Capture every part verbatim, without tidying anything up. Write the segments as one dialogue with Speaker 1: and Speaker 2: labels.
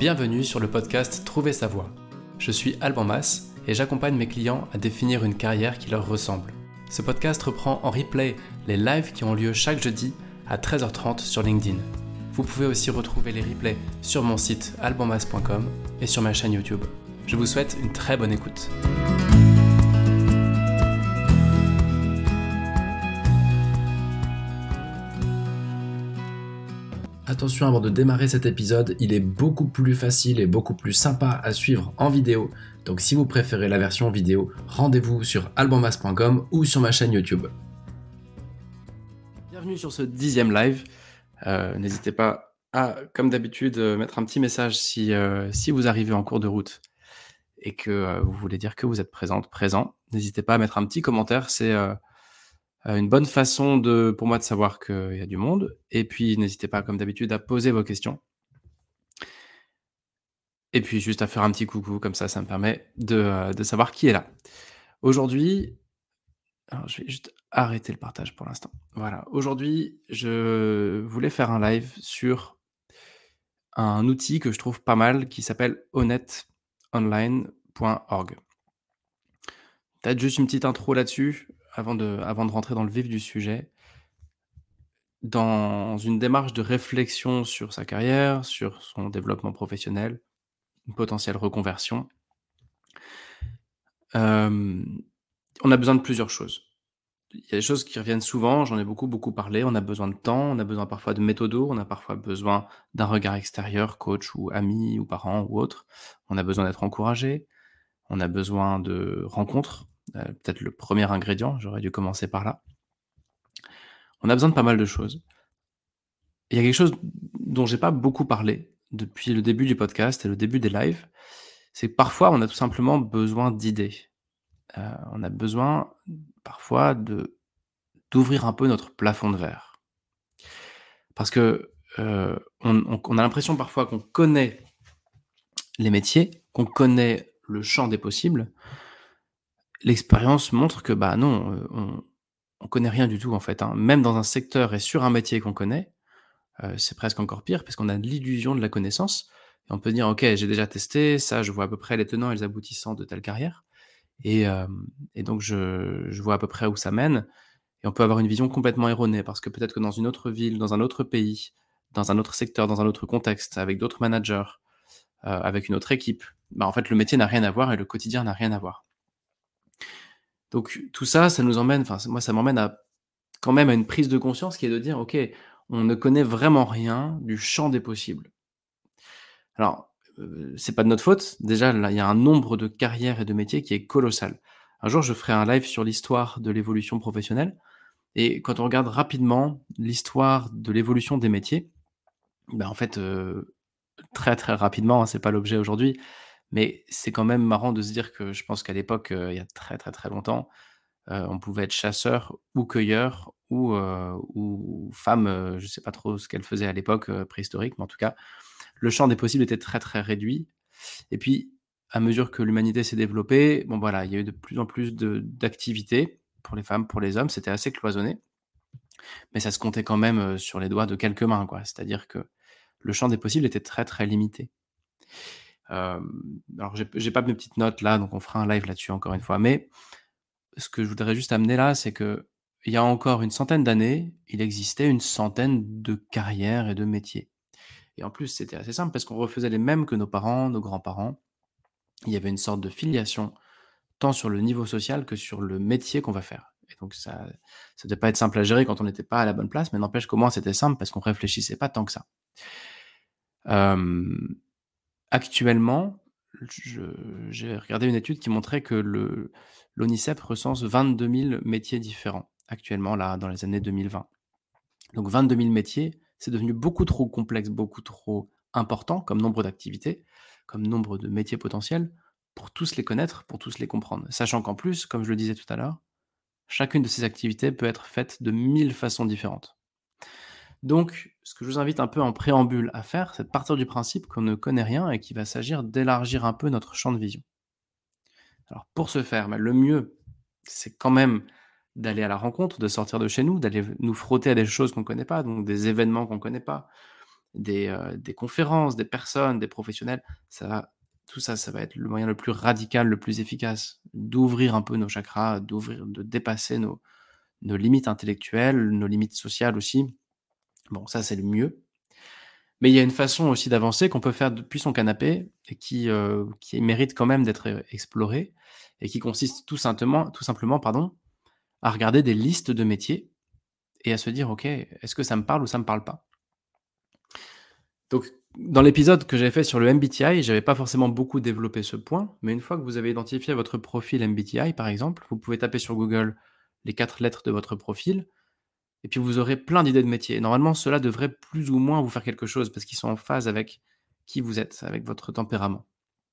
Speaker 1: Bienvenue sur le podcast Trouver sa voie. Je suis Alban Mas et j'accompagne mes clients à définir une carrière qui leur ressemble. Ce podcast reprend en replay les lives qui ont lieu chaque jeudi à treize heures trente sur LinkedIn. Vous pouvez aussi retrouver les replays sur mon site alban mas point com et sur ma chaîne YouTube. Je vous souhaite une très bonne écoute. Attention, avant de démarrer cet épisode, il est beaucoup plus facile et beaucoup plus sympa à suivre en vidéo. Donc si vous préférez la version vidéo, rendez-vous sur alban mas point com ou sur ma chaîne YouTube. Bienvenue sur ce dixième live. Euh, n'hésitez pas à, comme d'habitude, mettre un petit message si, euh, si vous arrivez en cours de route et que euh, vous voulez dire que vous êtes présente, présent. N'hésitez pas à mettre un petit commentaire, c'est euh, une bonne façon de, pour moi de savoir qu'il y a du monde. Et puis n'hésitez pas, comme d'habitude, à poser vos questions. Et puis juste à faire un petit coucou, comme ça, ça me permet de, euh, de savoir qui est là. Aujourd'hui, alors je vais juste arrêter le partage pour l'instant. Voilà, aujourd'hui, je voulais faire un live sur un outil que je trouve pas mal qui s'appelle honnête online point org. Peut-être juste une petite intro là-dessus avant de, avant de rentrer dans le vif du sujet. Dans une démarche de réflexion sur sa carrière, sur son développement professionnel, une potentielle reconversion, euh, on a besoin de plusieurs choses. Il y a des choses qui reviennent souvent, j'en ai beaucoup, beaucoup parlé. On a besoin de temps, on a besoin parfois de méthodos, on a parfois besoin d'un regard extérieur, coach ou ami ou parent ou autre. On a besoin d'être encouragé, on a besoin de rencontres, euh, peut-être le premier ingrédient, j'aurais dû commencer par là. On a besoin de pas mal de choses. Il y a quelque chose dont j'ai pas beaucoup parlé depuis le début du podcast et le début des lives, c'est que parfois on a tout simplement besoin d'idées. Euh, on a besoin parfois de d'ouvrir un peu notre plafond de verre. Parce que euh, on, on, on a l'impression parfois qu'on connaît les métiers, qu'on connaît le champ des possibles. L'expérience montre que bah non, euh, on, on connaît rien du tout en fait. Hein. Même dans un secteur et sur un métier qu'on connaît, euh, c'est presque encore pire parce qu'on a l'illusion de la connaissance. Et on peut dire ok, j'ai déjà testé ça, je vois à peu près les tenants et les aboutissants de telle carrière, et, euh, et donc je, je vois à peu près où ça mène. Et on peut avoir une vision complètement erronée parce que peut-être que dans une autre ville, dans un autre pays, dans un autre secteur, dans un autre contexte, avec d'autres managers, euh, avec une autre équipe, bah en fait le métier n'a rien à voir et le quotidien n'a rien à voir. Donc tout ça, ça nous emmène, enfin moi ça m'emmène à quand même à une prise de conscience qui est de dire ok, on ne connaît vraiment rien du champ des possibles. Alors euh, c'est pas de notre faute. Déjà là il y a un nombre de carrières et de métiers qui est colossal. Un jour je ferai un live sur l'histoire de l'évolution professionnelle. Et quand on regarde rapidement l'histoire de l'évolution des métiers, ben en fait, heu, très, très rapidement, hein, c'est pas l'objet aujourd'hui, mais c'est quand même marrant de se dire que je pense qu'à l'époque, heu, il y a très, très, très longtemps, heu, on pouvait être chasseur ou cueilleur ou, heu, ou femme, heu, je sais pas trop ce qu'elle faisait à l'époque, heu, préhistorique, mais en tout cas, le champ des possibles était très, très réduit. Et puis, à mesure que l'humanité s'est développée, bon voilà, il y a eu de plus en plus de d'activités pour les femmes, pour les hommes, c'était assez cloisonné. Mais ça se comptait quand même, heu, sur les doigts de quelques mains, quoi. C'est-à-dire que le champ des possibles était très, très limité. Hem, alors j'ai j'ai pas mes petites notes là, donc on fera un live là-dessus encore une fois. Mais ce que je voudrais juste amener là, c'est qu'il y a encore une centaine d'années, il existait une centaine de carrières et de métiers. Et en plus, c'était assez simple parce qu'on refaisait les mêmes que nos parents, nos grands-parents. Il y avait une sorte de filiation, tant sur le niveau social que sur le métier qu'on va faire. Et donc ça ça devait pas être simple à gérer quand on n'était pas à la bonne place, mais n'empêche qu'au moins c'était simple parce qu'on réfléchissait pas tant que ça. Hem, Actuellement, je j'ai regardé une étude qui montrait que le l'ONICEP recense vingt-deux mille métiers différents actuellement là, dans les années deux mille vingt. Donc vingt-deux mille métiers, c'est devenu beaucoup trop complexe, beaucoup trop important comme nombre d'activités, comme nombre de métiers potentiels pour tous les connaître, pour tous les comprendre. Sachant qu'en plus, comme je le disais tout à l'heure, chacune de ces activités peut être faite de mille façons différentes. Donc, ce que je vous invite un peu en préambule à faire, c'est de partir du principe qu'on ne connaît rien et qu'il va s'agir d'élargir un peu notre champ de vision. Alors pour ce faire, bah, le mieux, c'est quand même d'aller à la rencontre, de sortir de chez nous, d'aller nous frotter à des choses qu'on ne connaît pas, donc des événements qu'on ne connaît pas, des, heu, des conférences, des personnes, des professionnels. Ça va tout ça, ça va être le moyen le plus radical, le plus efficace d'ouvrir un peu nos chakras, d'ouvrir de dépasser nos nos limites intellectuelles, nos limites sociales aussi. Bon, ça, c'est le mieux. Mais il y a une façon aussi d'avancer qu'on peut faire depuis son canapé et qui, heu, qui mérite quand même d'être, heu, explorée et qui consiste tout simplement tout simplement, pardon, à regarder des listes de métiers et à se dire: «OK, est-ce que ça me parle ou ça me parle pas?» Donc dans l'épisode que j'avais fait sur le M B T I, j'avais pas forcément beaucoup développé ce point, mais une fois que vous avez identifié votre profil M B T I, par exemple, vous pouvez taper sur Google les quatre lettres de votre profil et puis vous aurez plein d'idées de métiers. Et normalement, cela devrait plus ou moins vous faire quelque chose parce qu'ils sont en phase avec qui vous êtes, avec votre tempérament.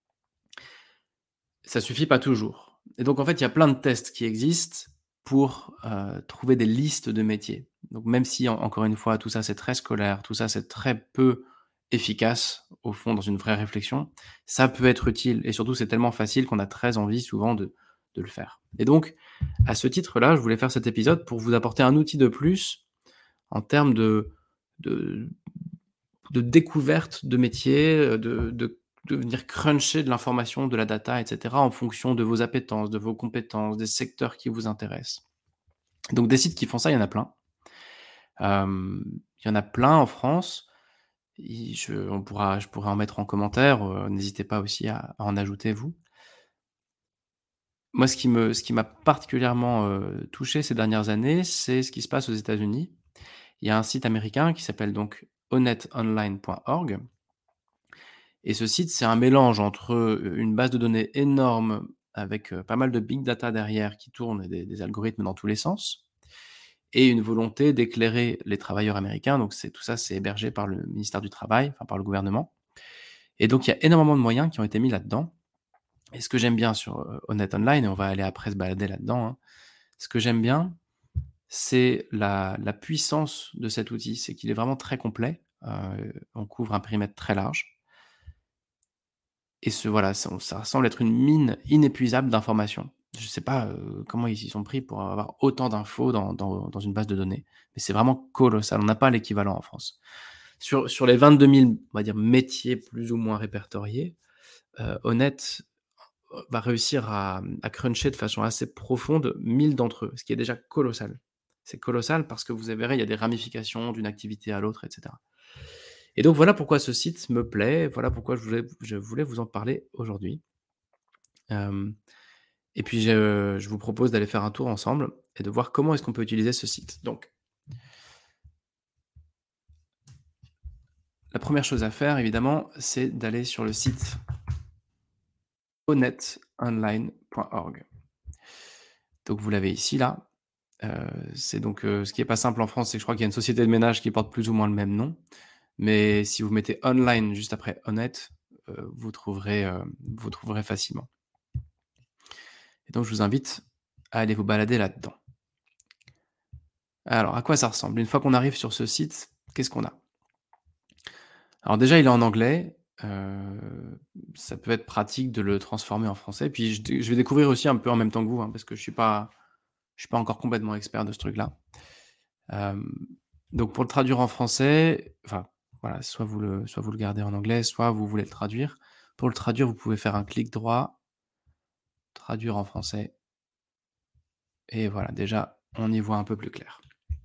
Speaker 1: Ça suffit pas toujours. Et donc en fait, il y a plein de tests qui existent pour, heu, trouver des listes de métiers. Donc même si en encore une fois, tout ça c'est très scolaire, tout ça c'est très peu efficace au fond dans une vraie réflexion, ça peut être utile et surtout c'est tellement facile qu'on a très envie souvent de de le faire. Et donc à ce titre-là, je voulais faire cet épisode pour vous apporter un outil de plus en termes de de de découverte de métiers, heu, de de de venir cruncher de l'information, de la data et cetera en fonction de vos appétences, de vos compétences, des secteurs qui vous intéressent. Donc des sites qui font ça, il y en a plein. Hem, il y en a plein en France. I je on pourra je pourrais en mettre en commentaire, heu, n'hésitez pas aussi à à en ajouter vous. Moi, ce qui me ce qui m'a particulièrement, heu, touché ces dernières années, c'est ce qui se passe aux États-Unis. Il y a un site américain qui s'appelle donc honnête online point org. Et ce site, c'est un mélange entre, heu, une base de données énorme avec, heu, pas mal de big data derrière qui tournent et des des algorithmes dans tous les sens et une volonté d'éclairer les travailleurs américains. Donc c'est tout ça, c'est hébergé par le ministère du Travail, enfin par le gouvernement et donc il y a énormément de moyens qui ont été mis là-dedans et ce que j'aime bien sur, heu, Honnête Online et on va aller après se balader là-dedans, hein. Ce que j'aime bien, c'est la la puissance de cet outil. C'est qu'il est vraiment très complet, heu, on couvre un périmètre très large. Et ce voilà, ça ça semble être une mine inépuisable d'informations. Je sais pas, heu, comment ils s'y sont pris pour avoir autant d'infos dans dans dans une base de données, mais c'est vraiment colossal. On n'a pas l'équivalent en France. Sur sur les vingt-deux mille, on va dire, métiers plus ou moins répertoriés, heu, Honnête, heu, va réussir à, mmh, à cruncher de façon assez profonde mille d'entre eux, ce qui est déjà colossal. C'est colossal parce que vous verrez, il y a des ramifications d'une activité à l'autre et cetera. Et donc voilà pourquoi ce site me plaît, voilà pourquoi je voulais je voulais vous en parler aujourd'hui. Hem Et puis je je vous propose d'aller faire un tour ensemble et de voir comment est-ce qu'on peut utiliser ce site. Donc, la première chose à faire évidemment, c'est d'aller sur le site honnête online point org. Donc vous l'avez ici là, heu, c'est donc, heu, ce qui est pas simple en France, c'est que je crois qu'il y a une société de ménage qui porte plus ou moins le même nom. Mais si vous mettez online juste après honnête, heu, vous trouverez, heu, vous trouverez facilement. Et donc je vous invite à aller vous balader là-dedans. Alors à quoi ça ressemble? Une fois qu'on arrive sur ce site, qu'est-ce qu'on a? Alors déjà, il est en anglais, heu, ça peut être pratique de le transformer en français. Puis je dé je vais découvrir aussi un peu en même temps que vous, hein, parce que je suis pas je suis pas encore complètement expert de ce truc-là. Hem, donc pour le traduire en français, enfin, voilà, soit vous le soit vous le gardez en anglais, soit vous voulez le traduire. Pour le traduire, vous pouvez faire un clic droit, traduire en français et voilà, déjà, on y voit un peu plus clair.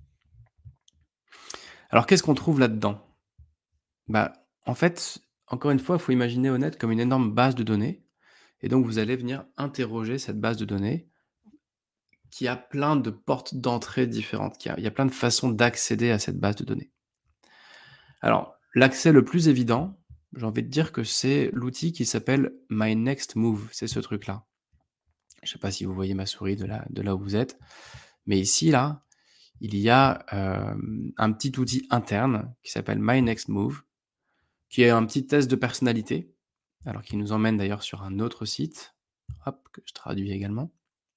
Speaker 1: Alors qu'est-ce qu'on trouve là-dedans? Bah, en fait, encore une fois, il faut imaginer Honnête comme une énorme base de données et donc vous allez venir interroger cette base de données qui a plein de portes d'entrée différentes, qui a il y a plein de façons d'accéder à cette base de données. Alors, l'accès le plus évident, j'ai envie de dire que c'est l'outil qui s'appelle My Next Move, c'est ce truc-là. Je sais pas si vous voyez ma souris de là de là où vous êtes, mais ici, là, il y a, hem, un petit outil interne qui s'appelle My Next Move, qui est un petit test de personnalité, alors qui nous emmène d'ailleurs sur un autre site, hop, que je traduis également.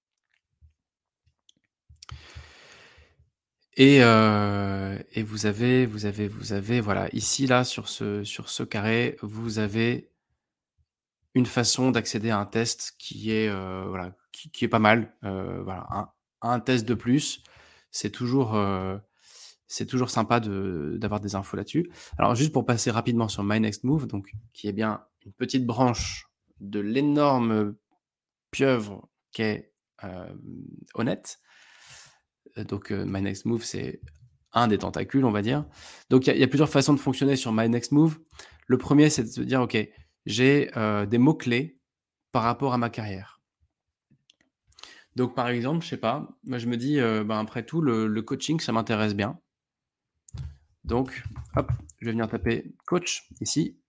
Speaker 1: Et heu et vous avez vous avez vous avez voilà, ici, là, sur ce sur ce carré, vous avez une façon d'accéder à un test qui est, heu, voilà, qui qui est pas mal. Heu, voilà, un un test de plus, c'est toujours, heu C'est toujours sympa de d'avoir des infos là-dessus. Alors juste pour passer rapidement sur My Next Move, donc qui est bien une petite branche de l'énorme pieuvre qu'est, hem, Honnête. Heu, donc heu, My Next Move, c'est un des tentacules, on va dire. Donc il y a il y a plusieurs façons de fonctionner sur My Next Move. Le premier, c'est de se dire: «OK, j'ai, heu, des mots-clés par rapport à ma carrière». Donc par exemple, je sais pas, moi je me dis, heu, ben, après tout le le coaching, ça m'intéresse bien. Donc hop, je vais venir taper coach ici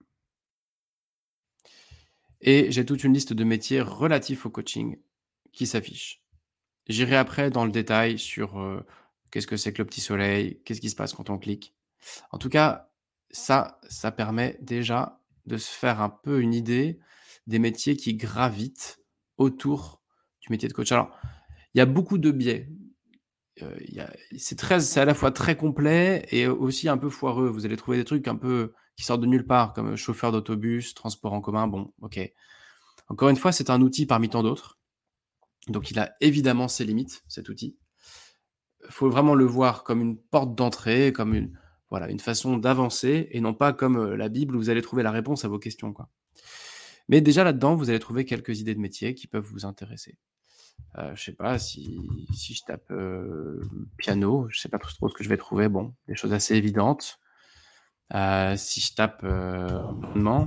Speaker 1: et j'ai toute une liste de métiers relatifs au coaching qui s'affiche. J'irai après dans le détail sur, heu, qu'est-ce que c'est que le petit soleil? Qu'est-ce qui se passe quand on clique? En tout cas, ça, ça permet déjà de se faire un peu une idée des métiers qui gravitent autour du métier de coach. Alors, il y a beaucoup de biais. Heu, il y a c'est très c'est à la fois très complet et aussi un peu foireux. Vous allez trouver des trucs un peu qui sortent de nulle part comme, heu, chauffeur d'autobus, transport en commun, bon, OK. Encore une fois, c'est un outil parmi tant d'autres, donc il a évidemment ses limites, cet outil. Il faut vraiment le voir comme une porte d'entrée, comme une voilà, une façon d'avancer et non pas comme, heu, la bible où vous allez trouver la réponse à vos questions, quoi. Mais déjà là-dedans, vous allez trouver quelques idées de métiers qui peuvent vous intéresser. Heu, je sais pas si si je tape, heu, piano, je sais pas trop ce que je vais trouver. Bon, des choses assez évidentes. Heu, si je tape, heu, environnement,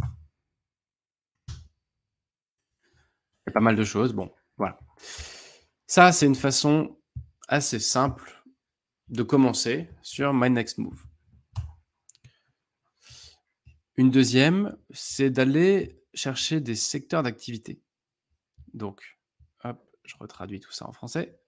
Speaker 1: il y a pas mal de choses. Bon, voilà. Ça, c'est une façon assez simple de commencer sur My Next Move. Une deuxième, c'est d'aller chercher des secteurs d'activité. Donc, hop, je retraduis tout ça en français.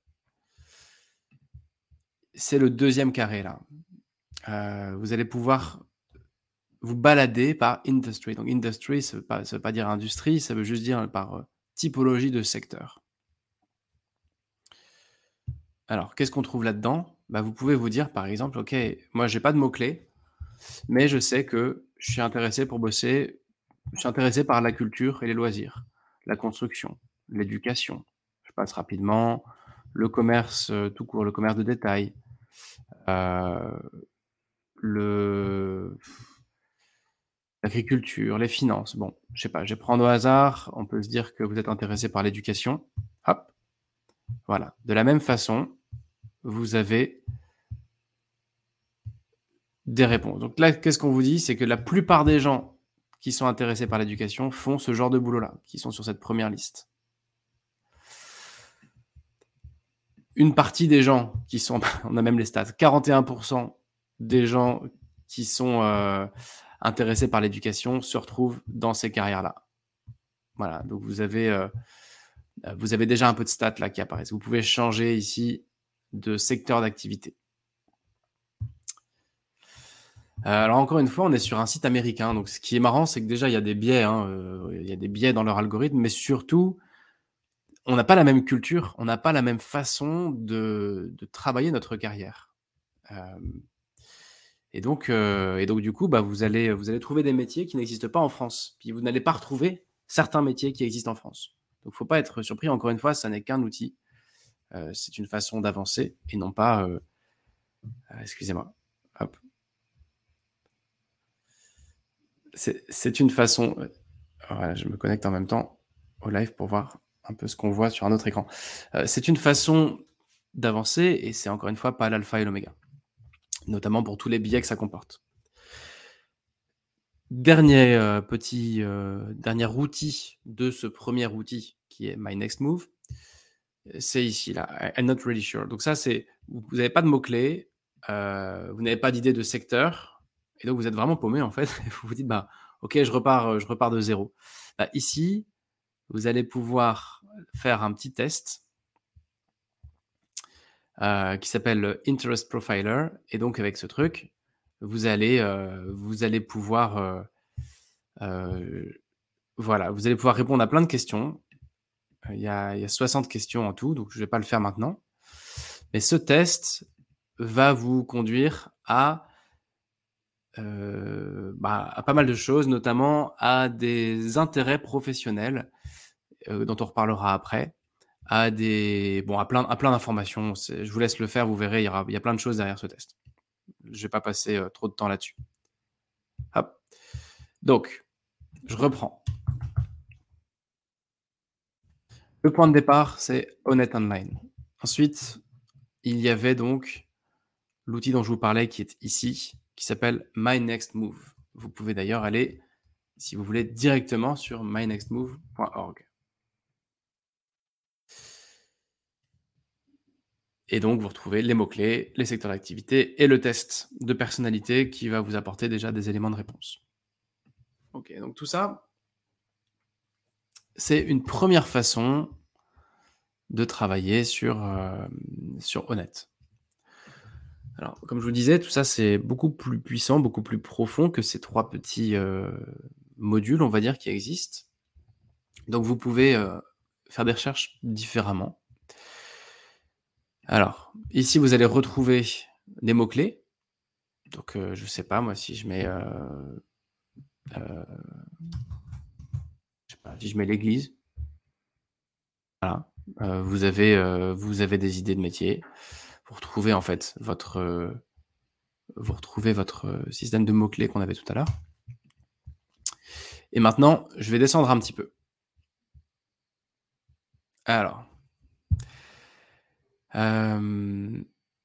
Speaker 1: C'est le deuxième carré là. Heu, vous allez pouvoir vous balader par industry. Donc industry, ça veut pas ça veut pas dire industrie, ça veut juste dire par, heu, typologie de secteur. Alors, qu'est-ce qu'on trouve là-dedans? Bah, vous pouvez vous dire, par exemple: «OK, moi j'ai pas de mots-clés, mais je sais que je suis intéressé pour bosser je suis intéressé par la culture et les loisirs, la construction, l'éducation». Je passe rapidement, le commerce, heu, tout court, le commerce de détail, heu, le l'agriculture, les finances. Bon, je sais pas, je vais prendre au hasard, on peut se dire que vous êtes intéressé par l'éducation. Hop, voilà. De la même façon, vous avez des réponses. Donc là, qu'est-ce qu'on vous dit? C'est que la plupart des gens qui sont intéressés par l'éducation font ce genre de boulot-là, qui sont sur cette première liste. Une partie des gens qui sont on a même les stats, quarante et un des gens qui sont, heu, intéressés par l'éducation se retrouvent dans ces carrières-là. Voilà, donc vous avez, heu, vous avez déjà un peu de stats là qui apparaissent. Vous pouvez changer ici de secteur d'activité. Heu, alors encore une fois, on est sur un site américain, donc ce qui est marrant, c'est que déjà il y a des biais, hein, heu, il y a des biais dans leur algorithme, mais surtout, on n'a pas la même culture, on n'a pas la même façon de de travailler notre carrière. Hem et donc heu et donc du coup, bah, vous allez, vous allez trouver des métiers qui n'existent pas en France. Puis vous n'allez pas retrouver certains métiers qui existent en France. Donc faut pas être surpris, encore une fois, ça n'est qu'un outil. Heu, c'est une façon d'avancer et non pas, heu, heu, excusez-moi, hop. C'est c'est une façon, heu, voilà, je me connecte en même temps au live pour voir un peu ce qu'on voit sur un autre écran. Heu, c'est une façon d'avancer et c'est encore une fois pas l'alpha et l'oméga, notamment pour tous les biais que ça comporte. Dernier, heu, petit, heu, dernier outil de ce premier outil qui est My Next Move, c'est ici là, I I'm not really sure. Donc ça, c'est vous vous avez pas de mots-clés, heu, vous n'avez pas d'idée de secteur et donc vous êtes vraiment paumé en fait et vous vous dites: «Bah, OK, je repars, heu, je repars de zéro». Bah, ici, vous allez pouvoir faire un petit test, heu, qui s'appelle Interest Profiler et donc avec ce truc, vous allez, heu, vous allez pouvoir, heu heu, voilà, vous allez pouvoir répondre à plein de questions. Heu, il y a il y a soixante questions en tout, donc je vais pas le faire maintenant. Mais ce test va vous conduire à, heu, bah, à pas mal de choses, notamment à des intérêts professionnels, heu, dont on reparlera après. à des bon, à plein à plein d'informations. C'est je vous laisse le faire, vous verrez, il y aura il y a plein de choses derrière ce test. Je vais pas passer, heu, trop de temps là-dessus. Hop. Donc, je reprends. Le point de départ, c'est Honnête Online. Ensuite, il y avait donc l'outil dont je vous parlais qui est ici, qui s'appelle My Next Move. Vous pouvez d'ailleurs aller, si vous voulez, directement sur my next move point org. Et donc, vous retrouvez les mots-clés, les secteurs d'activité et le test de personnalité qui va vous apporter déjà des éléments de réponse. Ok, donc tout ça, c'est une première façon de travailler sur, euh, sur Honnête. Alors, comme je vous disais, tout ça, c'est beaucoup plus puissant, beaucoup plus profond que ces trois petits euh, modules, on va dire, qui existent. Donc, vous pouvez euh, faire des recherches différemment. Alors, ici, vous allez retrouver des mots-clés. Donc, euh, je sais pas, moi, si je mets... Euh, euh, je sais pas, si je mets l'église, voilà, euh, vous, avez, euh, vous avez des idées de métier. Vous retrouvez, en fait, votre... Euh, vous retrouvez votre système de mots-clés qu'on avait tout à l'heure. Et maintenant, je vais descendre un petit peu. Alors, euh,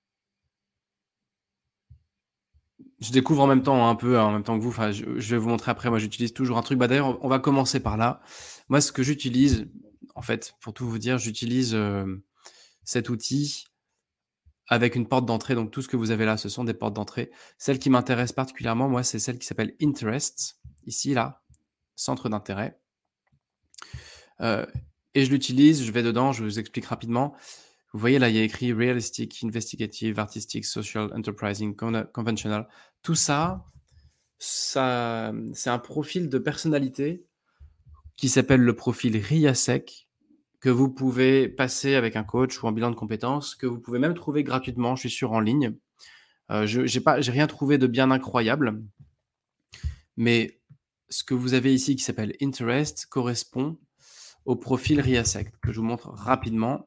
Speaker 1: je découvre en même temps, un peu en même temps que vous. Enfin, je, je vais vous montrer après. Moi, j'utilise toujours un truc. Bah, d'ailleurs, on va commencer par là. Moi, ce que j'utilise, en fait, pour tout vous dire, j'utilise euh, cet outil avec une porte d'entrée. Donc, tout ce que vous avez là, ce sont des portes d'entrée. Celle qui m'intéresse particulièrement, moi, c'est celle qui s'appelle Interests. Ici, là, centre d'intérêt. Euh, et je l'utilise. Je vais dedans. Je vous explique rapidement. Vous voyez là, il y a écrit Realistic, Investigative, Artistic, Social, Enterprising, Conventional. Tout ça, ça c'est un profil de personnalité qui s'appelle le profil RIASEC, que vous pouvez passer avec un coach ou un bilan de compétences, que vous pouvez même trouver gratuitement, je suis sûr, en ligne. Euh, je n'ai pas, j'ai rien trouvé de bien incroyable, mais ce que vous avez ici qui s'appelle Interest correspond au profil RIASEC, que je vous montre rapidement.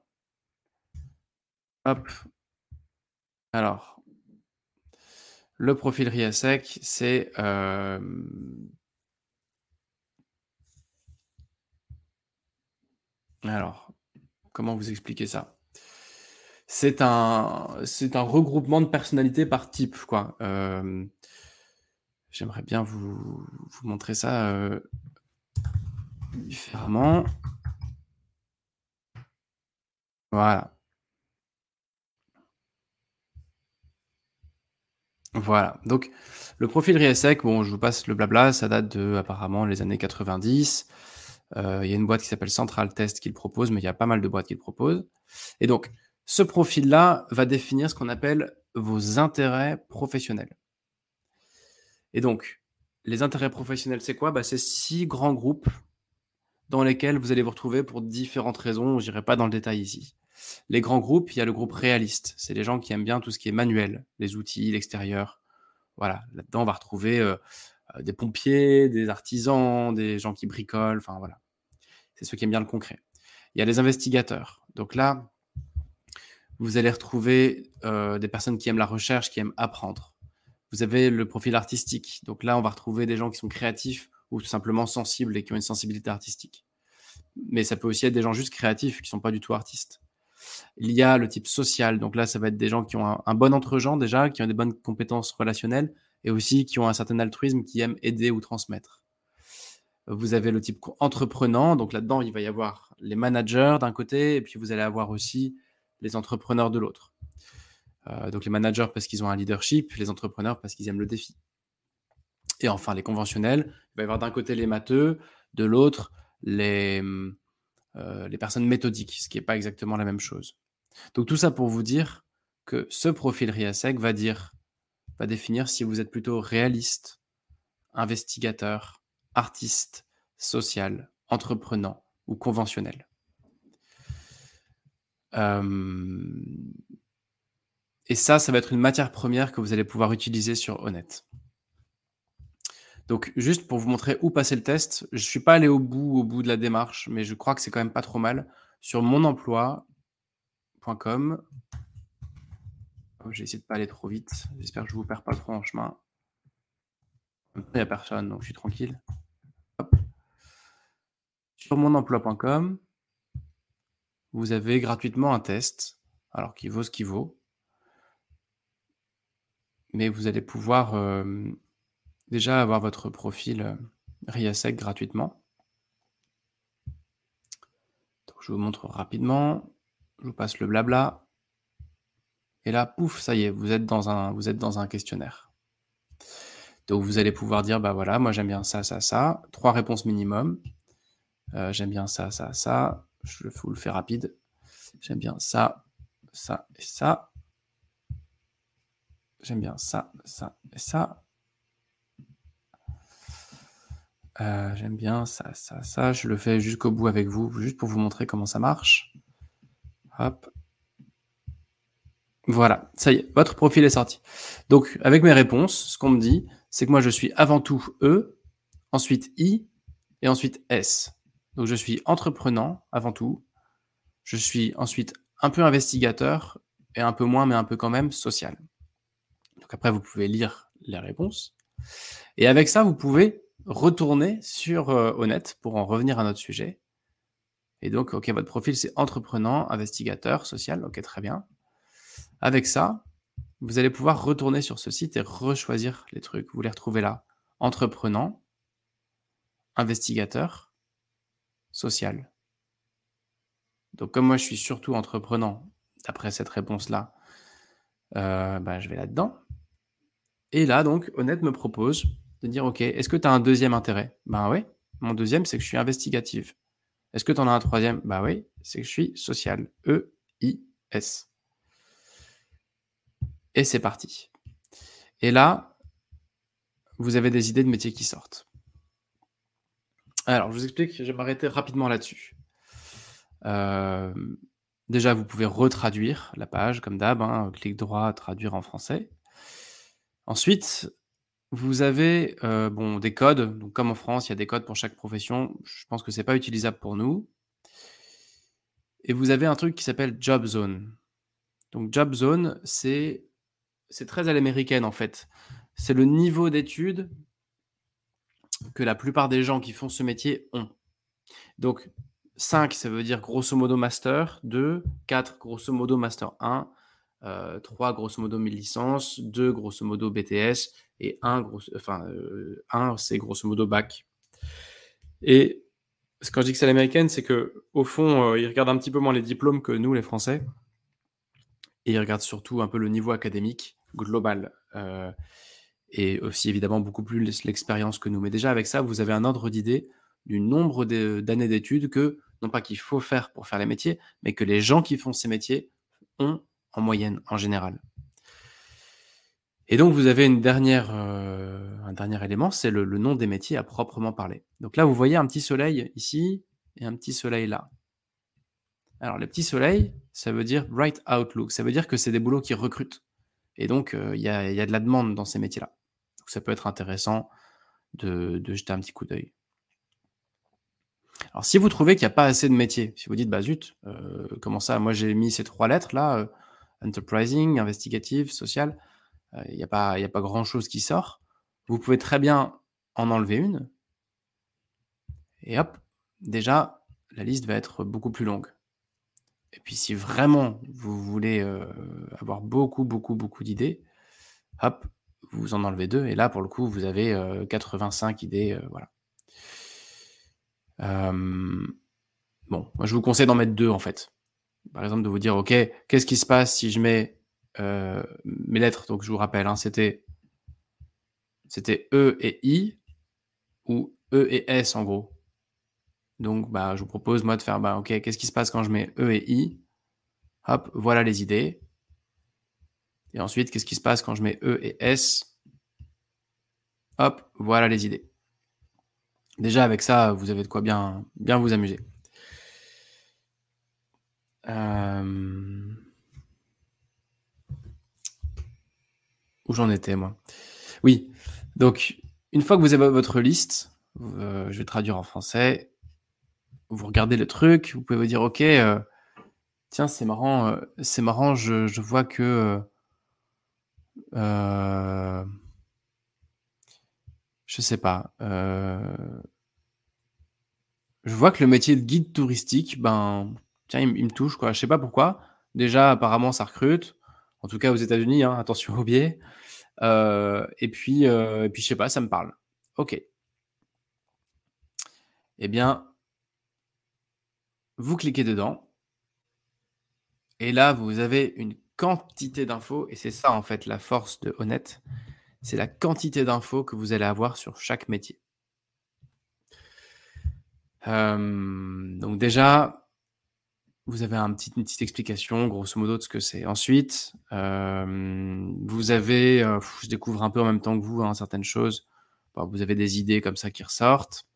Speaker 1: Hop. Alors, le profil RIASEC, c'est... Euh... Alors, comment vous expliquer ça? C'est un, c'est un regroupement de personnalités par type, quoi. Euh... J'aimerais bien vous, vous montrer ça euh, différemment. Voilà. Voilà. Donc, le profil RIASEC, bon, je vous passe le blabla, ça date de, apparemment, les années quatre-vingt-dix. Euh, il y a une boîte qui s'appelle Central Test qui le propose, mais il y a pas mal de boîtes qui le proposent. Et donc, ce profil-là va définir ce qu'on appelle vos intérêts professionnels. Et donc, les intérêts professionnels, c'est quoi? Bah, c'est six grands groupes dans lesquels vous allez vous retrouver pour différentes raisons. Je n'irai pas dans le détail ici. Les grands groupes, il y a le groupe réaliste. C'est les gens qui aiment bien tout ce qui est manuel, les outils, l'extérieur. Voilà, là-dedans, on va retrouver euh, des pompiers, des artisans, des gens qui bricolent. Enfin, voilà. C'est ceux qui aiment bien le concret. Il y a les investigateurs. Donc là, vous allez retrouver euh, des personnes qui aiment la recherche, qui aiment apprendre. Vous avez le profil artistique. Donc là, on va retrouver des gens qui sont créatifs ou tout simplement sensibles et qui ont une sensibilité artistique. Mais ça peut aussi être des gens juste créatifs qui ne sont pas du tout artistes. Il y a le type social. Donc là, ça va être des gens qui ont un, un bon entre-gens déjà, qui ont des bonnes compétences relationnelles et aussi qui ont un certain altruisme, qui aiment aider ou transmettre. Vous avez le type entreprenant. Donc là-dedans, il va y avoir les managers d'un côté et puis vous allez avoir aussi les entrepreneurs de l'autre. Euh, donc les managers parce qu'ils ont un leadership, les entrepreneurs parce qu'ils aiment le défi. Et enfin, les conventionnels, il va y avoir d'un côté les matheux, de l'autre les, euh, les personnes méthodiques, ce qui n'est pas exactement la même chose. Donc tout ça pour vous dire que ce profil RIASEC va dire, va définir si vous êtes plutôt réaliste, investigateur, artiste, social, entreprenant ou conventionnel. Euh... Et ça, ça va être une matière première que vous allez pouvoir utiliser sur Honnête. Donc, juste pour vous montrer où passer le test, je ne suis pas allé au bout, au bout de la démarche, mais je crois que c'est quand même pas trop mal. sur mon emploi point com. Oh, j'ai essayé de pas aller trop vite. J'espère que je vous perds pas trop en chemin. Il n'y a personne, donc je suis tranquille. Hop. Sur mon emploi point com, vous avez gratuitement un test, alors qui vaut ce qu'il vaut. Mais vous allez pouvoir, hem, déjà avoir votre profil, heu, Riasec gratuitement. Donc je vous montre rapidement, je vous passe le blabla. Et là, pouf, ça y est, vous êtes dans un vous êtes dans un questionnaire. Donc vous allez pouvoir dire: «Bah, voilà, moi j'aime bien ça, ça, ça», trois réponses minimum. Heu, j'aime bien ça, ça, ça. Je vous le fais rapide. J'aime bien ça, ça et ça. J'aime bien ça, ça et ça. Heu, j'aime bien ça, ça, ça. Je le fais jusqu'au bout avec vous, juste pour vous montrer comment ça marche. Hop. Voilà, ça y est, votre profil est sorti. Donc avec mes réponses, ce qu'on me dit, c'est que moi je suis avant tout E, ensuite I et ensuite S. Donc je suis entreprenant avant tout. Je suis ensuite un peu investigateur et un peu moins, mais un peu quand même social. Donc après, vous pouvez lire les réponses. Et avec ça, vous pouvez retourner sur euh, Honnête pour en revenir à notre sujet. Et donc, OK, votre profil, c'est entreprenant, investigateur, social. OK, très bien. Avec ça, vous allez pouvoir retourner sur ce site et rechoisir les trucs. Vous les retrouvez là. Entreprenant, investigateur, social. Donc, comme moi, je suis surtout entreprenant, d'après cette réponse-là, euh, bah, je vais là-dedans. Et là, donc, Honnête me propose de dire, OK, est-ce que tu as un deuxième intérêt? Ben oui, mon deuxième, c'est que je suis investigative. Est-ce que tu en as un troisième? Bah oui, c'est que je suis social. E I S. Et c'est parti. Et là, vous avez des idées de métiers qui sortent. Alors, je vous explique, je vais m'arrêter rapidement là-dessus. Euh, déjà, vous pouvez retraduire la page, comme d'hab, hein, clic droit, traduire en français. Ensuite, vous avez euh, bon, des codes. Donc, comme en France, il y a des codes pour chaque profession. Je pense que c'est pas utilisable pour nous. Et vous avez un truc qui s'appelle Job Zone. Donc, Job Zone, c'est c'est très à l'américaine, en fait. C'est le niveau d'études que la plupart des gens qui font ce métier ont. Donc, cinq, ça veut dire grosso modo master deux, quatre, grosso modo master un, euh, trois, grosso modo mille licences, deux, grosso modo B T S, et un, grosso, enfin, euh, un, c'est grosso modo bac. Et quand je dis que c'est à l'américaine, c'est que au fond, euh, ils regardent un petit peu moins les diplômes que nous, les Français, et ils regardent surtout un peu le niveau académique global. Euh, et aussi évidemment beaucoup plus l'expérience que nous. Mais déjà avec ça, vous avez un ordre d'idée du nombre de, d'années d'études que, non pas qu'il faut faire pour faire les métiers, mais que les gens qui font ces métiers ont en moyenne, en général. Et donc vous avez une dernière, euh, un dernier élément, c'est le, le nom des métiers à proprement parler. Donc là, vous voyez un petit soleil ici et un petit soleil là. Alors les petits soleils, ça veut dire bright outlook, ça veut dire que c'est des boulots qui recrutent. Et donc, il euh, y, a, y a de la demande dans ces métiers-là. Donc ça peut être intéressant de, de jeter un petit coup d'œil. Alors, si vous trouvez qu'il n'y a pas assez de métiers, si vous dites, bah zut, euh, comment ça, moi j'ai mis ces trois lettres là, euh, enterprising, investigative, social, il euh, n'y a pas, y a pas grand chose qui sort, vous pouvez très bien en enlever une, et hop, déjà, la liste va être beaucoup plus longue. Et puis, si vraiment vous voulez euh, avoir beaucoup, beaucoup, beaucoup d'idées, hop, vous en enlevez deux, et là, pour le coup, vous avez euh, quatre-vingt-cinq idées, euh, voilà. Euh, bon, moi je vous conseille d'en mettre deux en fait. Par exemple, de vous dire, ok, qu'est-ce qui se passe si je mets euh, mes lettres, donc je vous rappelle, hein, c'était, c'était E et I, ou E et S en gros. Donc bah, je vous propose moi de faire, bah, ok, qu'est-ce qui se passe quand je mets E et I? Hop, voilà les idées. Et ensuite, qu'est-ce qui se passe quand je mets E et S? Hop, voilà les idées. Déjà, avec ça, vous avez de quoi bien, bien vous amuser. Euh... Où j'en étais, moi? Oui, donc, une fois que vous avez votre liste, euh, je vais traduire en français. Vous regardez le truc, vous pouvez vous dire: «OK, heu, tiens, c'est marrant, heu, c'est marrant, je je vois que, heu, heu, je sais pas, heu, je vois que le métier de guide touristique, ben, tiens, il me il me touche, quoi». Je sais pas pourquoi. Déjà, apparemment, ça recrute, en tout cas aux États-Unis, hein, attention aux biais, heu et puis, heu et puis je sais pas, ça me parle. OK. Eh bien, vous cliquez dedans et là, vous avez une quantité d'infos et c'est ça, en fait, la force de Honnête, c'est la quantité d'infos que vous allez avoir sur chaque métier. Hem, donc déjà, vous avez un petit une petite explication, grosso modo, de ce que c'est. Ensuite, hem, vous avez, heu, je découvre un peu en même temps que vous, hein, certaines choses. Bah, vous avez des idées comme ça qui ressortent.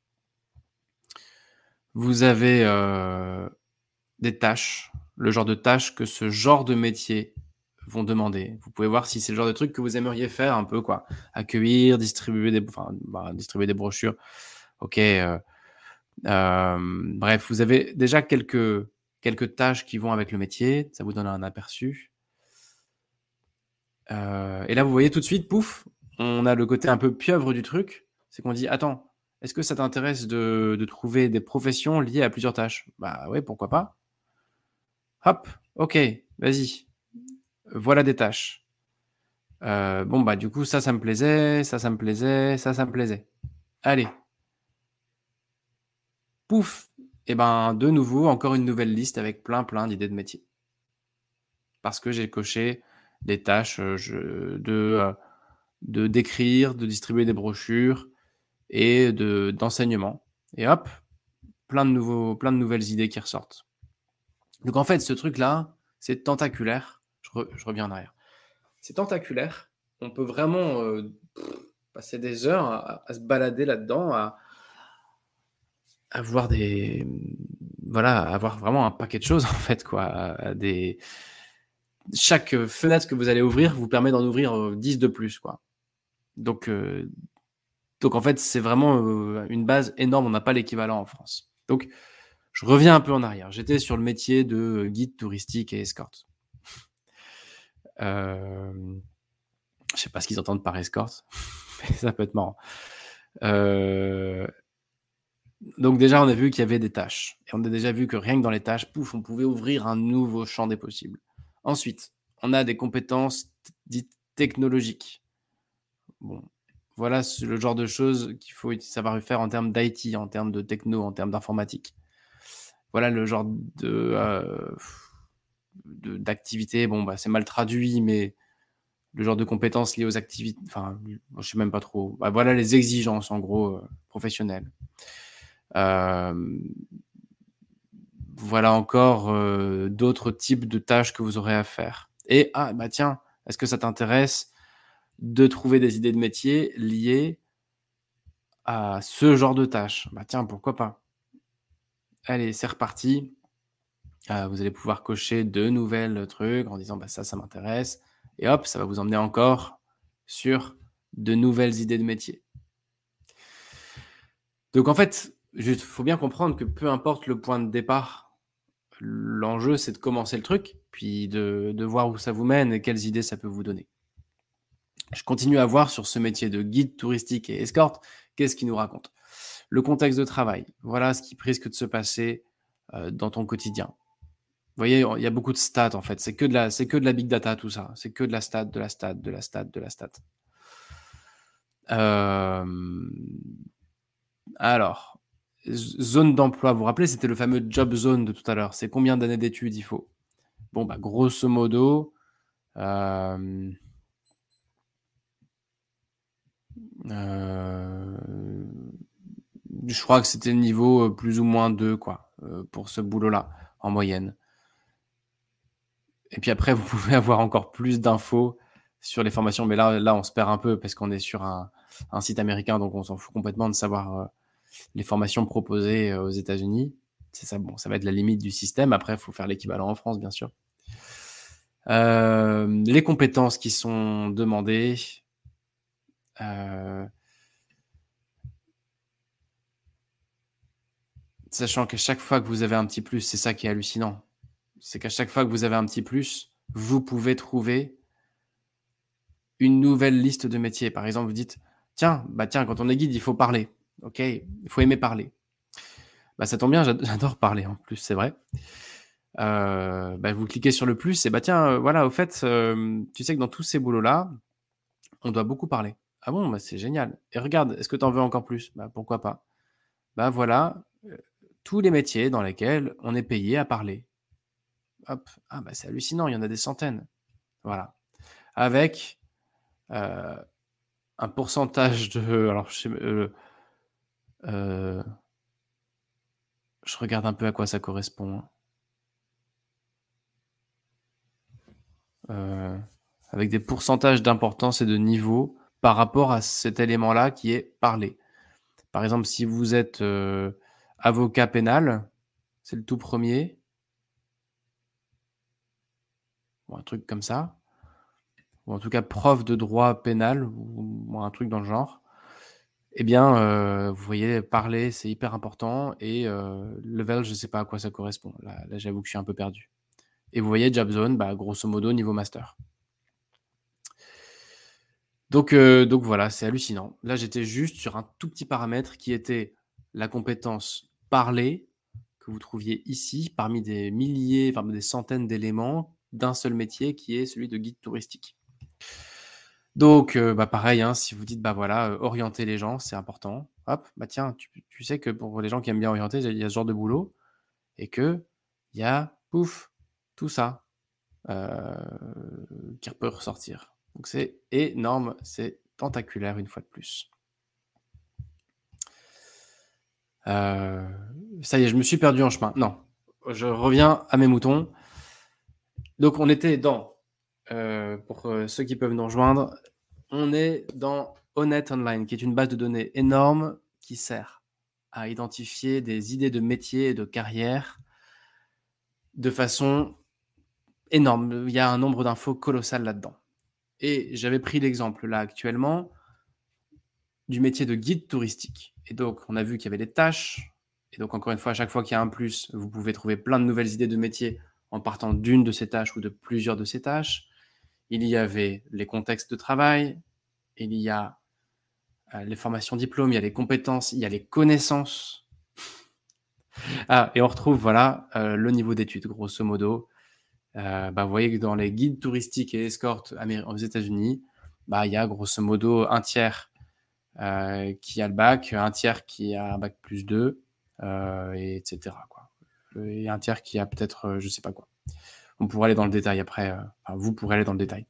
Speaker 1: Vous avez, heu, des tâches, le genre de tâches que ce genre de métier vont demander. Vous pouvez voir si c'est le genre de truc que vous aimeriez faire un peu, quoi. Accueillir, distribuer des enfin, bah, distribuer des brochures, OK, heu, hem, bref, vous avez déjà quelques quelques tâches qui vont avec le métier, ça vous donne un aperçu. Heu et là, vous voyez tout de suite, pouf, on a le côté un peu pieuvre du truc. C'est qu'on dit: «Attends, est-ce que ça t'intéresse de de trouver des professions liées à plusieurs tâches?» «Bah, ouais, pourquoi pas?» Hop, OK, vas-y, voilà des tâches. Heu, bon, bah, du coup, ça, ça me plaisait, ça, ça me plaisait, ça, ça me plaisait. Allez, pouf et ben, de nouveau, encore une nouvelle liste avec plein, plein d'idées de métiers. Parce que j'ai coché des tâches, heu, je de, heu, de d'écrire, de distribuer des brochures et de d'enseignement et hop, plein de nouveaux plein de nouvelles idées qui ressortent. Donc en fait, ce truc-là, c'est tentaculaire. Je re je reviens en arrière. C'est tentaculaire. On peut vraiment, heu, passer des heures à à se balader là-dedans, à à voir des, mmh, voilà, à avoir vraiment un paquet de choses en fait quoi, à à des chaque, heu, fenêtre que vous allez ouvrir vous permet d'en ouvrir, heu, dix de plus quoi. Donc heu, donc en fait, c'est vraiment, heu, une base énorme, on n'a pas l'équivalent en France. Donc je reviens un peu en arrière. J'étais sur le métier de guide touristique et escorte. Hem, je sais pas ce qu'ils entendent par escorte, mais ça peut être marrant. Heu, donc déjà, on a vu qu'il y avait des tâches et on a déjà vu que rien que dans les tâches, pouf, on pouvait ouvrir un nouveau champ des possibles. Ensuite, on a des compétences t dites technologiques. Bon, voilà ce le genre de choses qu'il faut savoir faire en termes d'I T, en termes de techno, en termes d'informatique. Voilà le genre de, heu, de d'activité, bon, bah, c'est mal traduit, mais le genre de compétences liées aux activités, enfin, je sais même pas trop. Bah, voilà les exigences en gros, heu, professionnelles. Hem, voilà encore, heu, d'autres types de tâches que vous aurez à faire et ah, bah, tiens, est-ce que ça t'intéresse de trouver des idées de métiers liées à ce genre de tâches? Bah, tiens, pourquoi pas? Allez, c'est reparti. Heu, vous allez pouvoir cocher de nouvelles trucs en disant: «Bah, ça, ça m'intéresse» et hop, ça va vous emmener encore sur de nouvelles idées de métiers. Donc en fait, juste, faut bien comprendre que peu importe le point de départ, l'enjeu, c'est de commencer le truc, puis de de voir où ça vous mène et quelles idées ça peut vous donner. Je continue à voir sur ce métier de guide touristique et escorte, qu'est-ce qu'il nous raconte? Le contexte de travail, voilà ce qui risque de se passer, heu, dans ton quotidien. Vous voyez, il y a beaucoup de stats en fait, c'est que de la c'est que de la big data tout ça, c'est que de la stat, de la stat, de la stat, de la stat. Hem, alors, z zone d'emploi, vous vous rappelez, c'était le fameux job zone de tout à l'heure, c'est combien d'années d'études il faut? Bon, bah, grosso modo, hem, heu, je crois que c'était le niveau, heu, plus ou moins deux quoi, heu, pour ce boulot-là, en moyenne. Et puis après, vous pouvez avoir encore plus d'infos sur les formations, mais là là, on se perd un peu parce qu'on est sur un un site américain, donc on s'en fout complètement de savoir, heu, les formations proposées, heu, aux États-Unis. C'est ça, bon, ça va être la limite du système. Après, il faut faire l'équivalent en France, bien sûr. Hem, les compétences qui sont demandées, heu, Sachant qu'à chaque fois que vous avez un petit plus, c'est ça qui est hallucinant. C'est qu'à chaque fois que vous avez un petit plus, vous pouvez trouver une nouvelle liste de métiers. Par exemple, vous dites: «Tiens, bah, tiens, quand on est guide, il faut parler». OK, il faut aimer parler. Bah, ça tombe bien, j'ad j'adore parler en plus, c'est vrai. Heu, bah, vous cliquez sur le plus et bah, tiens, heu, voilà, au fait, hem, tu sais que dans tous ces boulots-là, on doit beaucoup parler. Ah bon? Bah, c'est génial et regarde, est-ce que tu en veux encore plus? Bah, pourquoi pas? Bah, voilà, heu, tous les métiers dans lesquels on est payé à parler. Hop, ah bah, c'est hallucinant, il y en a des centaines. Voilà. Avec, heu, un pourcentage de alors je sais heu, heu, je regarde un peu à quoi ça correspond, hein. Heu, avec des pourcentages d'importance et de niveau par rapport à cet élément-là qui est parler. Par exemple, si vous êtes, heu, avocat pénal, c'est le tout premier ou un truc comme ça, ou en tout cas prof de droit pénal ou ou un truc dans le genre. Eh bien, heu, vous voyez, parler, c'est hyper important et heu, level, je sais pas à quoi ça correspond. Là là, j'avoue que je suis un peu perdu et vous voyez, job zone, bah, grosso modo, niveau master. Donc heu, donc voilà, c'est hallucinant. Là, j'étais juste sur un tout petit paramètre qui était la compétence parler, que vous trouviez ici, parmi des milliers, parmi des centaines d'éléments d'un seul métier qui est celui de guide touristique. Donc heu, bah, pareil, hein, si vous dites: «Bah, voilà, heu, orienter les gens, c'est important». Hop, bah, tiens, tu tu sais que pour les gens qui aiment bien orienter, il y a ce genre de boulot et qu'il y a, pouf, tout ça, heu, qui peut ressortir. Donc c'est énorme, c'est tentaculaire une fois de plus. Heu, ça y est, je me suis perdu en chemin. Non, je reviens à mes moutons. Donc on était dans, heu, pour, heu, ceux qui peuvent nous rejoindre, on est dans Honnête Online, qui est une base de données énorme qui sert à identifier des idées de métiers et de carrière de façon énorme. Il y a un nombre d'infos colossal là-dedans et j'avais pris l'exemple là actuellement du métier de guide touristique et donc on a vu qu'il y avait des tâches et donc encore une fois, à chaque fois qu'il y a un plus, vous pouvez trouver plein de nouvelles idées de métiers en partant d'une de ces tâches ou de plusieurs de ces tâches. Il y avait les contextes de travail, il y a, heu, les formations diplômes, il y a les compétences, il y a les connaissances. Ah et on retrouve voilà, heu, le niveau d'études grosso modo. Heu, bah, vous voyez que dans les guides touristiques et escortes améri aux États-Unis, bah, il y a grosso modo un tiers heu, qui a le bac, un tiers qui a un bac plus deux, heu, et cetera quoi. Et un tiers qui a peut-être, heu, je sais pas quoi. On pourrait aller dans le détail après, heu, enfin vous pourrez aller dans le détail.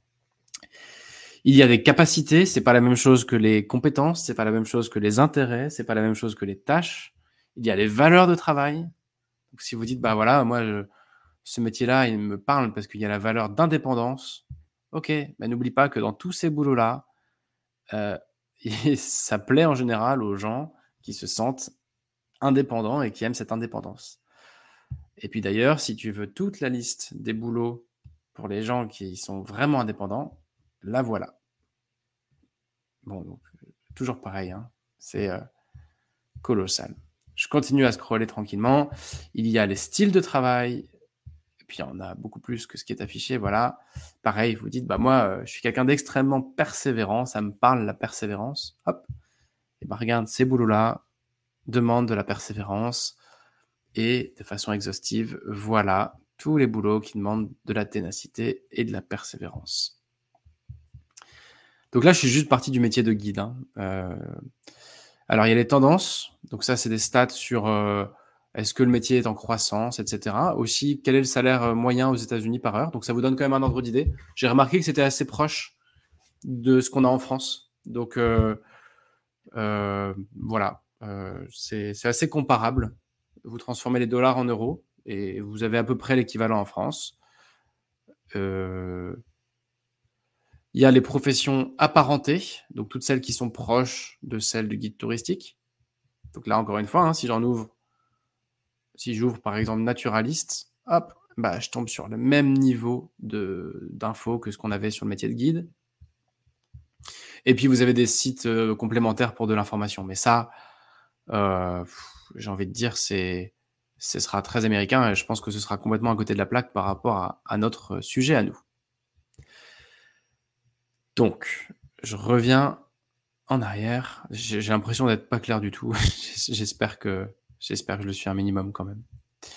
Speaker 1: Il y a des capacités, c'est pas la même chose que les compétences, c'est pas la même chose que les intérêts, c'est pas la même chose que les tâches. Il y a les valeurs de travail. Donc si vous dites: «Bah, voilà, moi je ce métier-là, il me parle parce qu'il y a la valeur d'indépendance». OK, bah, n'oublie pas que dans tous ces boulots-là, heu, et ça plaît en général aux gens qui se sentent indépendants et qui aiment cette indépendance. Et puis d'ailleurs, si tu veux toute la liste des boulots pour les gens qui sont vraiment indépendants, la voilà. Bon, donc, heu, toujours pareil, hein, c'est, heu, colossal. Je continue à scroller tranquillement. Il y a les styles de travail et puis il y en a beaucoup plus que ce qui est affiché, voilà. Pareil, vous dites: «Bah, moi, heu, je suis quelqu'un d'extrêmement persévérant, ça me parle la persévérance». Hop et bah, regarde, ces boulots-là demandent de la persévérance et de façon exhaustive, voilà tous les boulots qui demandent de la ténacité et de la persévérance. Donc là, je suis juste parti du métier de guide, hein. Heu, alors il y a les tendances, donc ça, c'est des stats sur, heu, est-ce que le métier est en croissance et cetera. Aussi, quel est le salaire, heu, moyen aux États-Unis par heure? Donc ça vous donne quand même un ordre d'idée. J'ai remarqué que c'était assez proche de ce qu'on a en France. Donc heu heu, voilà, heu, c'est c'est assez comparable. Vous transformez les dollars en euros et vous avez à peu près l'équivalent en France. Heu, il y a les professions apparentées, donc toutes celles qui sont proches de celles du guide touristique. Donc là, encore une fois, hein, si j'en ouvre si j'ouvre par exemple naturaliste, hop, bah, je tombe sur le même niveau de d'infos que ce qu'on avait sur le métier de guide. Et puis vous avez des sites, heu, complémentaires pour de l'information. Mais ça, heu, j'ai envie de dire, c'est ce sera très américain et je pense que ce sera complètement à côté de la plaque par rapport à à notre sujet à nous. Donc, je reviens en arrière. J'ai j'ai l'impression d'être pas clair du tout. J'es j'espère que j'espère que je le suis un minimum quand même.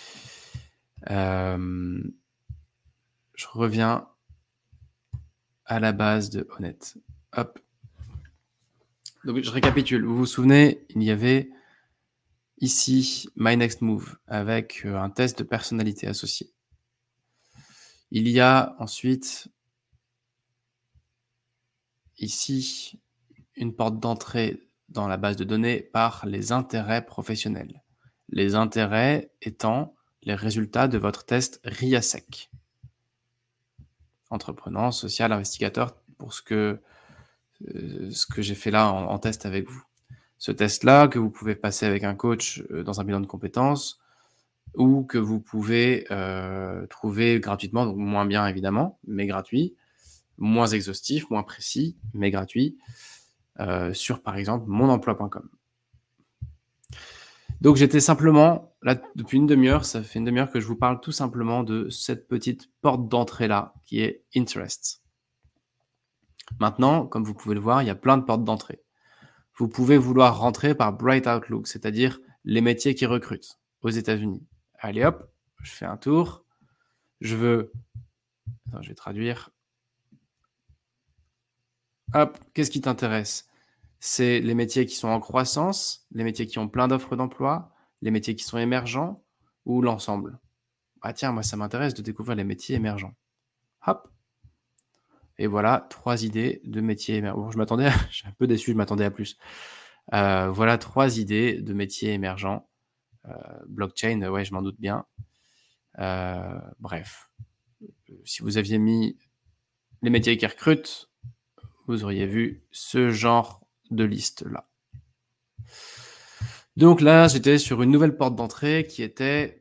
Speaker 1: Hem, je reviens à la base de Honnête. Hop. Donc je récapitule. Vous vous souvenez, il y avait ici My Next Move avec, heu, un test de personnalité associé. Il y a ensuite ici une porte d'entrée dans la base de données par les intérêts professionnels. Les intérêts étant les résultats de votre test RIASEC. Entreprenant, social, investigateur, pour ce que, heu, ce que j'ai fait là en en test avec vous. Ce test-là que vous pouvez passer avec un coach, heu, dans un bilan de compétences ou que vous pouvez, heu, trouver gratuitement, donc moins bien évidemment, mais gratuit, moins exhaustif, moins précis, mais gratuit, heu, sur par exemple mon emploi point com. Donc j'étais simplement là depuis une demi heure, ça fait une demi heure que je vous parle tout simplement de cette petite porte d'entrée-là qui est Interests. Maintenant, comme vous pouvez le voir, il y a plein de portes d'entrée. Vous pouvez vouloir rentrer par Bright Outlook, c'est-à-dire les métiers qui recrutent aux États-Unis. Allez hop, je fais un tour. Je veux attends, je vais traduire. Hop, qu'est-ce qui t'intéresse? C'est les métiers qui sont en croissance, les métiers qui ont plein d'offres d'emploi, les métiers qui sont émergents ou l'ensemble? Ah tiens, moi ça m'intéresse de découvrir les métiers émergents. Hop, et voilà trois idées de métiers émergents. Bon, je m'attendais à je suis un peu déçu, je m'attendais à plus. Heu, voilà trois idées de métiers émergents. Heu, blockchain, ouais, je m'en doute bien. Heu, bref, euh, si vous aviez mis les métiers qui recrutent, vous auriez vu ce genre de liste-là. Donc là, j'étais sur une nouvelle porte d'entrée qui était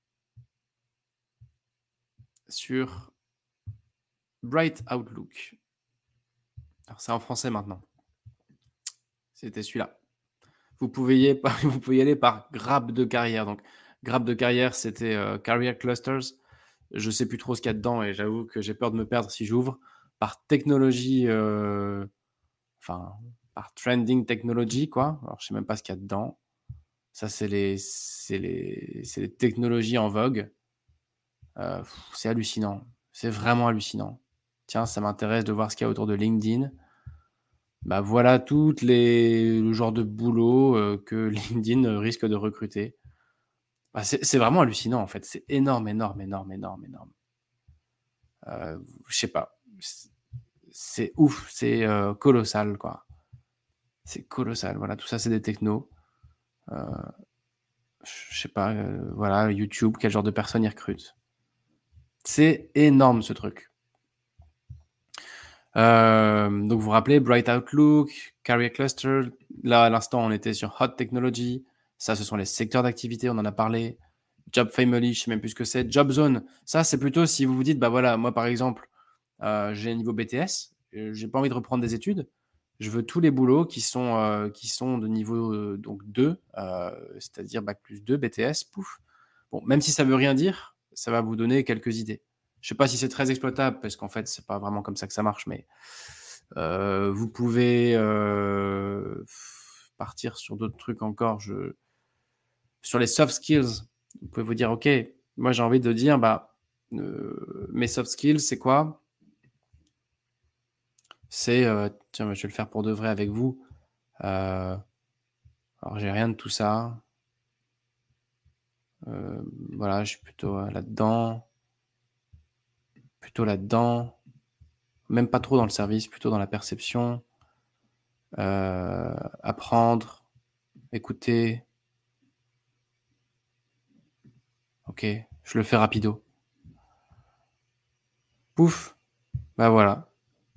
Speaker 1: sur Bright Outlook. Alors c'est en français maintenant. C'était celui-là. Vous pouviez pas vous pouvez y aller par grappe de carrière. Donc grappe de carrière, c'était, heu, Career Clusters. Je sais plus trop ce qu'il y a dedans et j'avoue que j'ai peur de me perdre si j'ouvre. Par technologie, heu, enfin, par trending technology quoi. Alors je sais même pas ce qu'il y a dedans. Ça, c'est les c'est les c'est les technologies en vogue. Heu, c'est hallucinant. C'est vraiment hallucinant. Tiens, ça m'intéresse de voir ce qu'il y a autour de LinkedIn. Bah, voilà toutes les le genre de boulot, heu, que LinkedIn, heu, risque de recruter. Bah, c'est c'est vraiment hallucinant, en fait. C'est énorme, énorme, énorme, énorme, énorme. Heu, je sais pas. C c'est ouf, c'est, heu, colossal, quoi. C'est colossal. Voilà, tout ça, c'est des technos. Heu, je sais pas, heu, voilà, YouTube, quel genre de personnes ils recrutent. C'est énorme ce truc. Hem, donc vous vous rappelez Bright Outlook, Career Cluster, là à l'instant on était sur Hot Technology, ça ce sont les secteurs d'activité, on en a parlé. Job Family, je sais même plus ce que c'est. Job Zone, ça c'est plutôt si vous vous dites: «Bah voilà, moi par exemple, heu, j'ai un niveau B T S, heu, j'ai pas envie de reprendre des études, je veux tous les boulots qui sont, heu, qui sont de niveau, heu, donc deux, heu, c'est-à-dire bac plus deux, B T S, pouf». Bon, même si ça veut rien dire, ça va vous donner quelques idées. Je sais pas si c'est très exploitable parce qu'en fait, c'est pas vraiment comme ça que ça marche, mais heu, vous pouvez, heu, partir sur d'autres trucs encore. Je sur les soft skills, vous pouvez vous dire: «OK, moi j'ai envie de dire, bah, heu, mes soft skills, c'est quoi? C'est, heu» tiens, bah, je vais le faire pour de vrai avec vous. Heu, alors j'ai rien de tout ça. Heu, voilà, je suis plutôt, heu, là-dedans, plutôt là-dedans, même pas trop dans le service, plutôt dans la perception. Heu, apprendre, écouter. OK, je le fais rapido. Pouf, bah, voilà.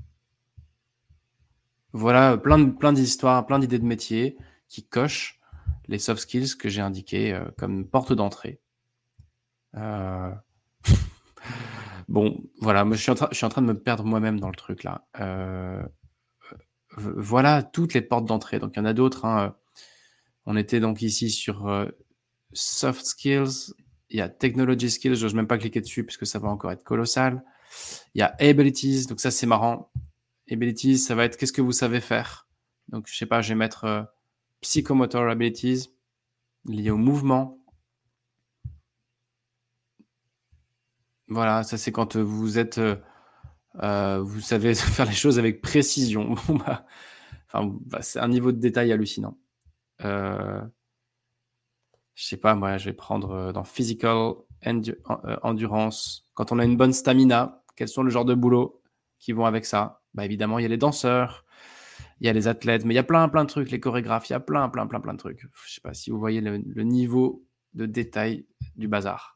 Speaker 1: Voilà, plein de plein d'histoires, plein d'idées de métiers qui cochent les soft skills que j'ai indiquées, heu, comme porte d'entrée. Heu, bon, voilà, moi je suis en train je suis en train de me perdre moi-même dans le truc là. Heu, v voilà toutes les portes d'entrée, donc il y en a d'autres, hein, heu, On était donc ici sur euh, soft skills. Il y a technology skills. Je n'ose même pas cliquer dessus parce que ça va encore être colossal. Il y a abilities. Donc ça, c'est marrant. Abilities, ça va être qu'est-ce que vous savez faire. Donc, je sais pas, je vais mettre euh, psychomotor abilities liées au mouvement. Voilà, ça c'est quand euh, vous êtes, euh, euh, vous savez faire les choses avec précision. Bon, bah, enfin, bah, c'est un niveau de détail hallucinant. Euh, je sais pas, moi, je vais prendre euh, dans physical endu- euh, endurance. Quand on a une bonne stamina, quels sont le genre de boulot qui vont avec ça? Bah évidemment, il y a les danseurs, il y a les athlètes, mais il y a plein, plein de trucs, les chorégraphes, il y a plein, plein, plein, plein de trucs. Je sais pas si vous voyez le, le niveau de détail du bazar.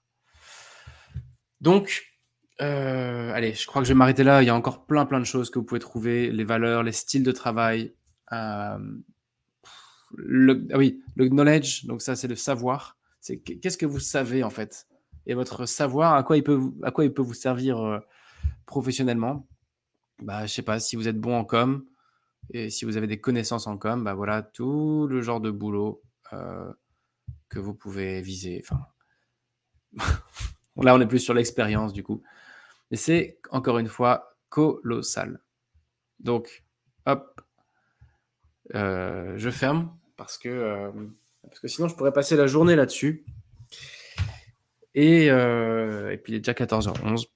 Speaker 1: Donc, euh, allez, je crois que je vais m'arrêter là. Il y a encore plein, plein de choses que vous pouvez trouver, les valeurs, les styles de travail. Euh, le, ah oui, le knowledge, donc ça, c'est le savoir. C'est qu'est-ce que vous savez en fait, et votre savoir, à quoi il peut, vous, à quoi il peut vous servir euh, professionnellement. Bah, je sais pas si vous êtes bon en com et si vous avez des connaissances en com, bah voilà tout le genre de boulot euh, que vous pouvez viser. Enfin, là, on est plus sur l'expérience du coup. Mais c'est, encore une fois, colossal. Donc, hop, euh, je ferme parce que, euh, parce que sinon je pourrais passer la journée là-dessus. Et, euh, et puis il est déjà quatorze heures onze.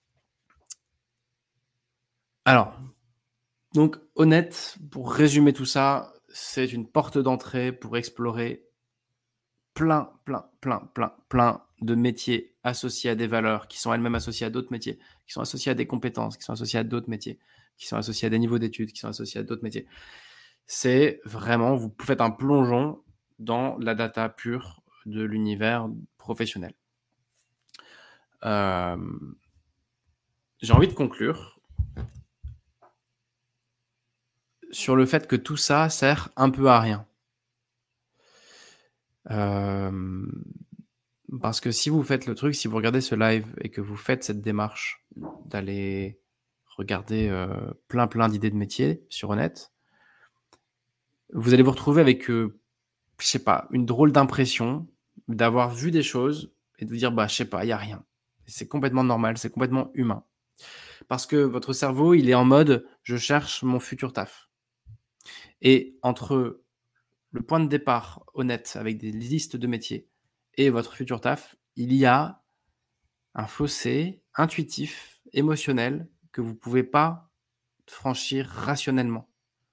Speaker 1: Alors, donc honnête, pour résumer tout ça, c'est une porte d'entrée pour explorer plein, plein, plein, plein, plein de métiers associés à des valeurs qui sont elles-mêmes associées à d'autres métiers, qui sont associés à des compétences, qui sont associés à d'autres métiers, qui sont associés à des niveaux d'études, qui sont associés à d'autres métiers. C'est vraiment, vous faites un plongeon dans la data pure de l'univers professionnel. Euh, j'ai envie de conclure sur le fait que tout ça sert un peu à rien. Euh, parce que si vous faites le truc, si vous regardez ce live et que vous faites cette démarche d'aller regarder euh, plein plein d'idées de métiers sur Honnête, vous allez vous retrouver avec, euh, je sais pas, une drôle d'impression d'avoir vu des choses et de vous dire, bah, je sais pas, il y a rien. C'est complètement normal, c'est complètement humain. Parce que votre cerveau, il est en mode, je cherche mon futur taf. Et entre le point de départ honnête avec des listes de métiers et votre futur taf, il y a un fossé intuitif, émotionnel, que vous ne pouvez pas franchir rationnellement.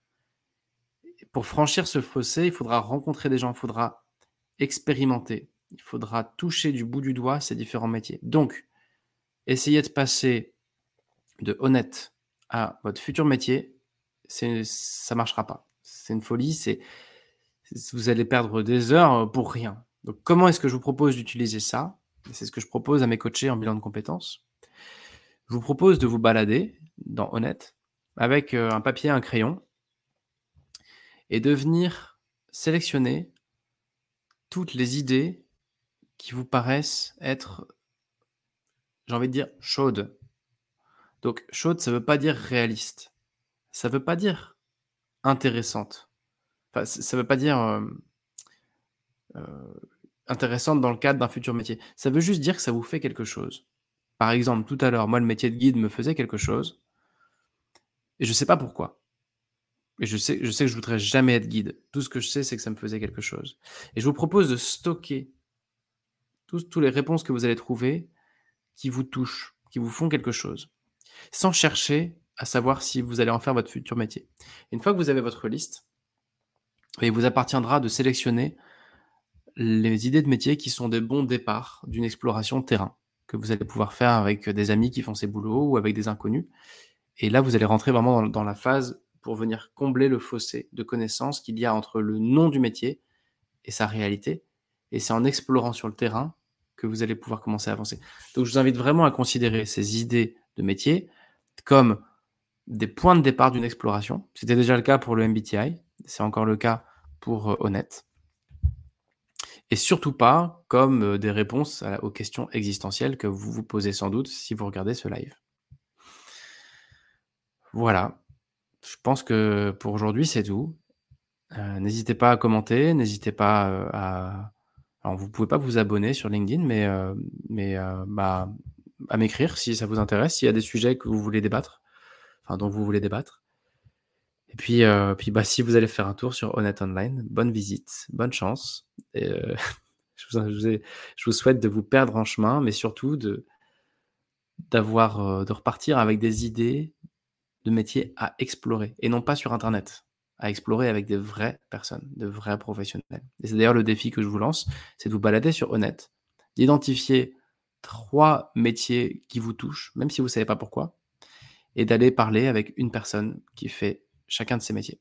Speaker 1: Et pour franchir ce fossé, il faudra rencontrer des gens, il faudra expérimenter, il faudra toucher du bout du doigt ces différents métiers. Donc, essayez de passer de honnête à votre futur métier, c'est, ça ne marchera pas. C'est une folie, c'est, vous allez perdre des heures pour rien. Donc, comment est-ce que je vous propose d'utiliser ça? C'est ce que je propose à mes coachés en bilan de compétences. Je vous propose de vous balader dans Honnête avec un papier, un crayon et de venir sélectionner toutes les idées qui vous paraissent être, j'ai envie de dire, chaudes. Donc, chaude, ça ne veut pas dire réaliste. Ça ne veut pas dire intéressante. Enfin, ça ne veut pas dire euh, euh, intéressante dans le cadre d'un futur métier. Ça veut juste dire que ça vous fait quelque chose. Par exemple, tout à l'heure, moi, le métier de guide me faisait quelque chose et je ne sais pas pourquoi. Et je sais, je sais que je voudrais jamais être guide. Tout ce que je sais, c'est que ça me faisait quelque chose. Et je vous propose de stocker toutes les réponses que vous allez trouver qui vous touchent, qui vous font quelque chose, sans chercher à savoir si vous allez en faire votre futur métier. Et une fois que vous avez votre liste, il vous appartiendra de sélectionner les idées de métier qui sont des bons départs d'une exploration de terrain que vous allez pouvoir faire avec des amis qui font ces boulots ou avec des inconnus. Et là, vous allez rentrer vraiment dans, dans la phase pour venir combler le fossé de connaissances qu'il y a entre le nom du métier et sa réalité. Et c'est en explorant sur le terrain que vous allez pouvoir commencer à avancer. Donc, je vous invite vraiment à considérer ces idées de métier comme des points de départ d'une exploration. C'était déjà le cas pour le M B T I. C'est encore le cas pour euh, Honnête. Et surtout pas comme euh, des réponses à, aux questions existentielles que vous vous posez sans doute si vous regardez ce live. Voilà. Je pense que pour aujourd'hui, c'est tout. Heu, n'hésitez pas à commenter, n'hésitez pas, heu, à alors vous pouvez pas vous abonner sur LinkedIn, mais heu mais heu, bah, à m'écrire si ça vous intéresse, s'il y a des sujets que vous voulez débattre, enfin dont vous voulez débattre. Et puis, heu, puis, bah, si vous allez faire un tour sur Honnête Online, bonne visite, bonne chance et heu, je vous in je vous ai je vous souhaite de vous perdre en chemin, mais surtout de d'avoir, heu, de repartir avec des idées de métiers à explorer et non pas sur internet. À explorer avec des vraies personnes, de vrais professionnels et c'est d'ailleurs le défi que je vous lance, c'est de vous balader sur Honnête, d'identifier trois métiers qui vous touchent, même si vous savez pas pourquoi et d'aller parler avec une personne qui fait chacun de ces métiers.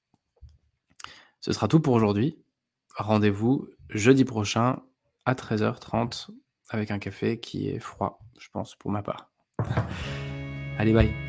Speaker 1: Ce sera tout pour aujourd'hui. Rendez-vous jeudi prochain à treize heures trente avec un café qui est froid, je pense pour ma part. Allez, bye.